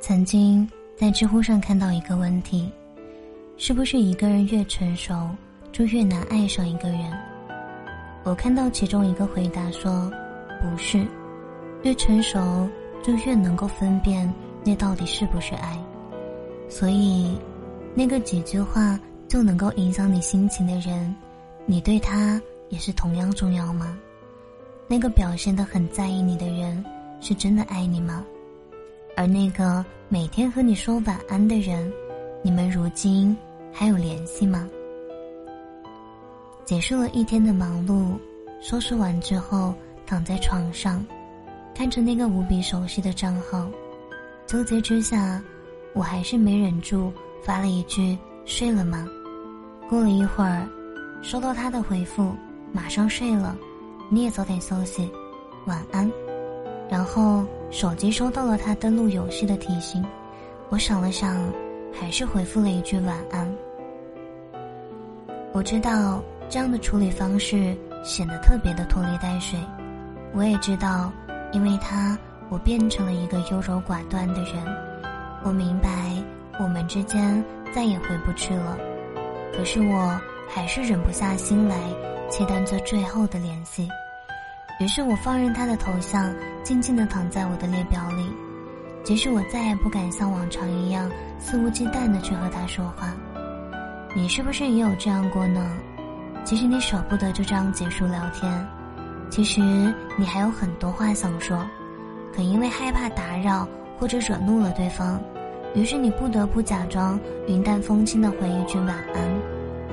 曾经在知乎上看到一个问题，是不是一个人越成熟就越难爱上一个人？我看到其中一个回答说，不是，越成熟就越能够分辨那到底是不是爱。所以那个几句话就能够影响你心情的人，你对他也是同样重要吗？那个表现得很在意你的人，是真的爱你吗？而那个每天和你说晚安的人，你们如今还有联系吗？结束了一天的忙碌，收拾完之后躺在床上，看着那个无比熟悉的账号，纠结之下，我还是没忍住发了一句睡了吗？过了一会儿，收到他的回复，马上睡了，你也早点休息，晚安。然后手机收到了他登录游戏的提醒，我想了想，还是回复了一句晚安。我知道这样的处理方式显得特别的拖泥带水，我也知道因为他我变成了一个优柔寡断的人，我明白我们之间再也回不去了，可是我还是忍不下心来期待这最后的联系。于是我放任他的头像静静地躺在我的列表里，即使我再也不敢像往常一样肆无忌惮地去和他说话。你是不是也有这样过呢？其实你舍不得就这样结束聊天，其实你还有很多话想说，可因为害怕打扰或者惹怒了对方，于是你不得不假装云淡风轻地回一句晚安。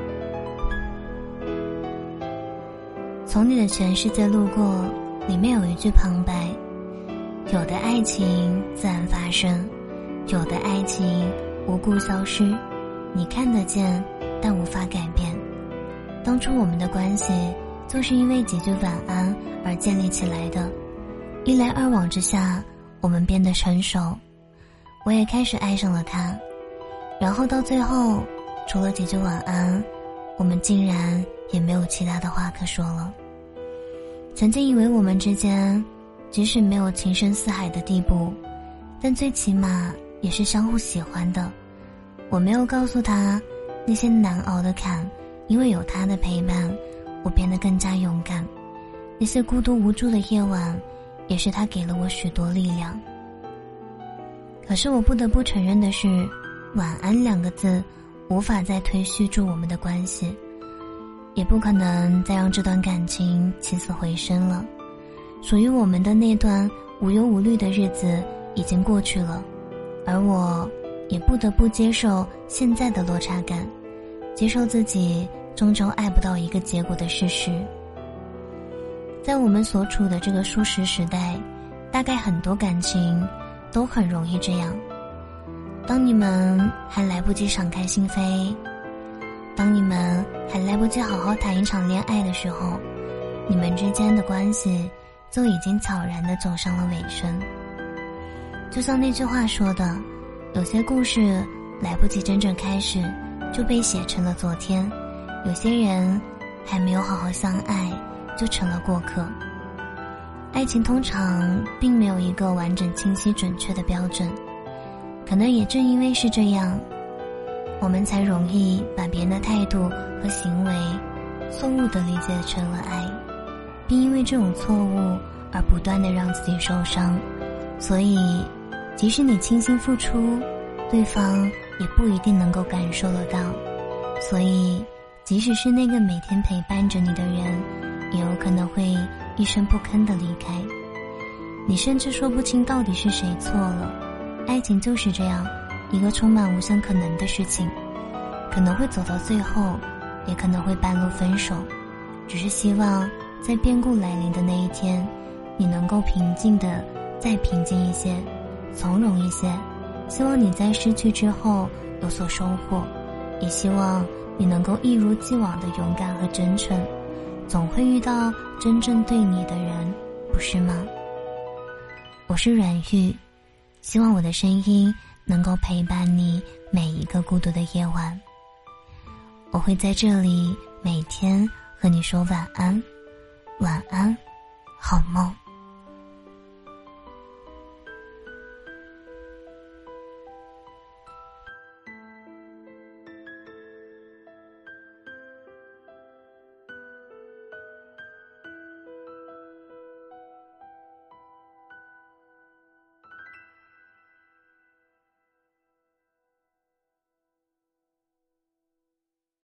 从你的全世界路过里面有一句旁白，有的爱情自然发生，有的爱情无故消失，你看得见但无法改变。当初我们的关系就是因为几句晚安而建立起来的，一来二往之下，我们变得成熟，我也开始爱上了他，然后到最后除了几句晚安，我们竟然也没有其他的话可说了。曾经以为我们之间即使没有情深似海的地步，但最起码也是相互喜欢的。我没有告诉他那些难熬的坎，因为有他的陪伴，我变得更加勇敢。那些孤独无助的夜晚，也是他给了我许多力量。可是我不得不承认的是，晚安2个字无法再推续住我们的关系，也不可能再让这段感情起死回生了。属于我们的那段无忧无虑的日子已经过去了，而我也不得不接受现在的落差感，接受自己终究爱不到一个结果的事实。在我们所处的这个速食时代，大概很多感情都很容易这样。当你们还来不及敞开心扉，当你们还来不及好好谈一场恋爱的时候，你们之间的关系就已经悄然地走上了尾声。就像那句话说的，有些故事来不及真正开始就被写成了昨天，有些人还没有好好相爱就成了过客。爱情通常并没有一个完整清晰准确的标准，可能也正因为是这样，我们才容易把别人的态度和行为错误地理解成了爱，并因为这种错误而不断地让自己受伤。所以即使你倾心付出，对方也不一定能够感受得到。所以即使是那个每天陪伴着你的人，也有可能会一声不吭地离开。你甚至说不清到底是谁错了。爱情就是这样一个充满无限可能的事情，可能会走到最后，也可能会半路分手。只是希望在变故来临的那一天，你能够平静的再平静一些，从容一些。希望你在失去之后有所收获，也希望你能够一如既往的勇敢和真诚，总会遇到真正对你的人，不是吗？我是阮玉，希望我的声音能够陪伴你每一个孤独的夜晚。我会在这里每天和你说晚安，晚安，好梦。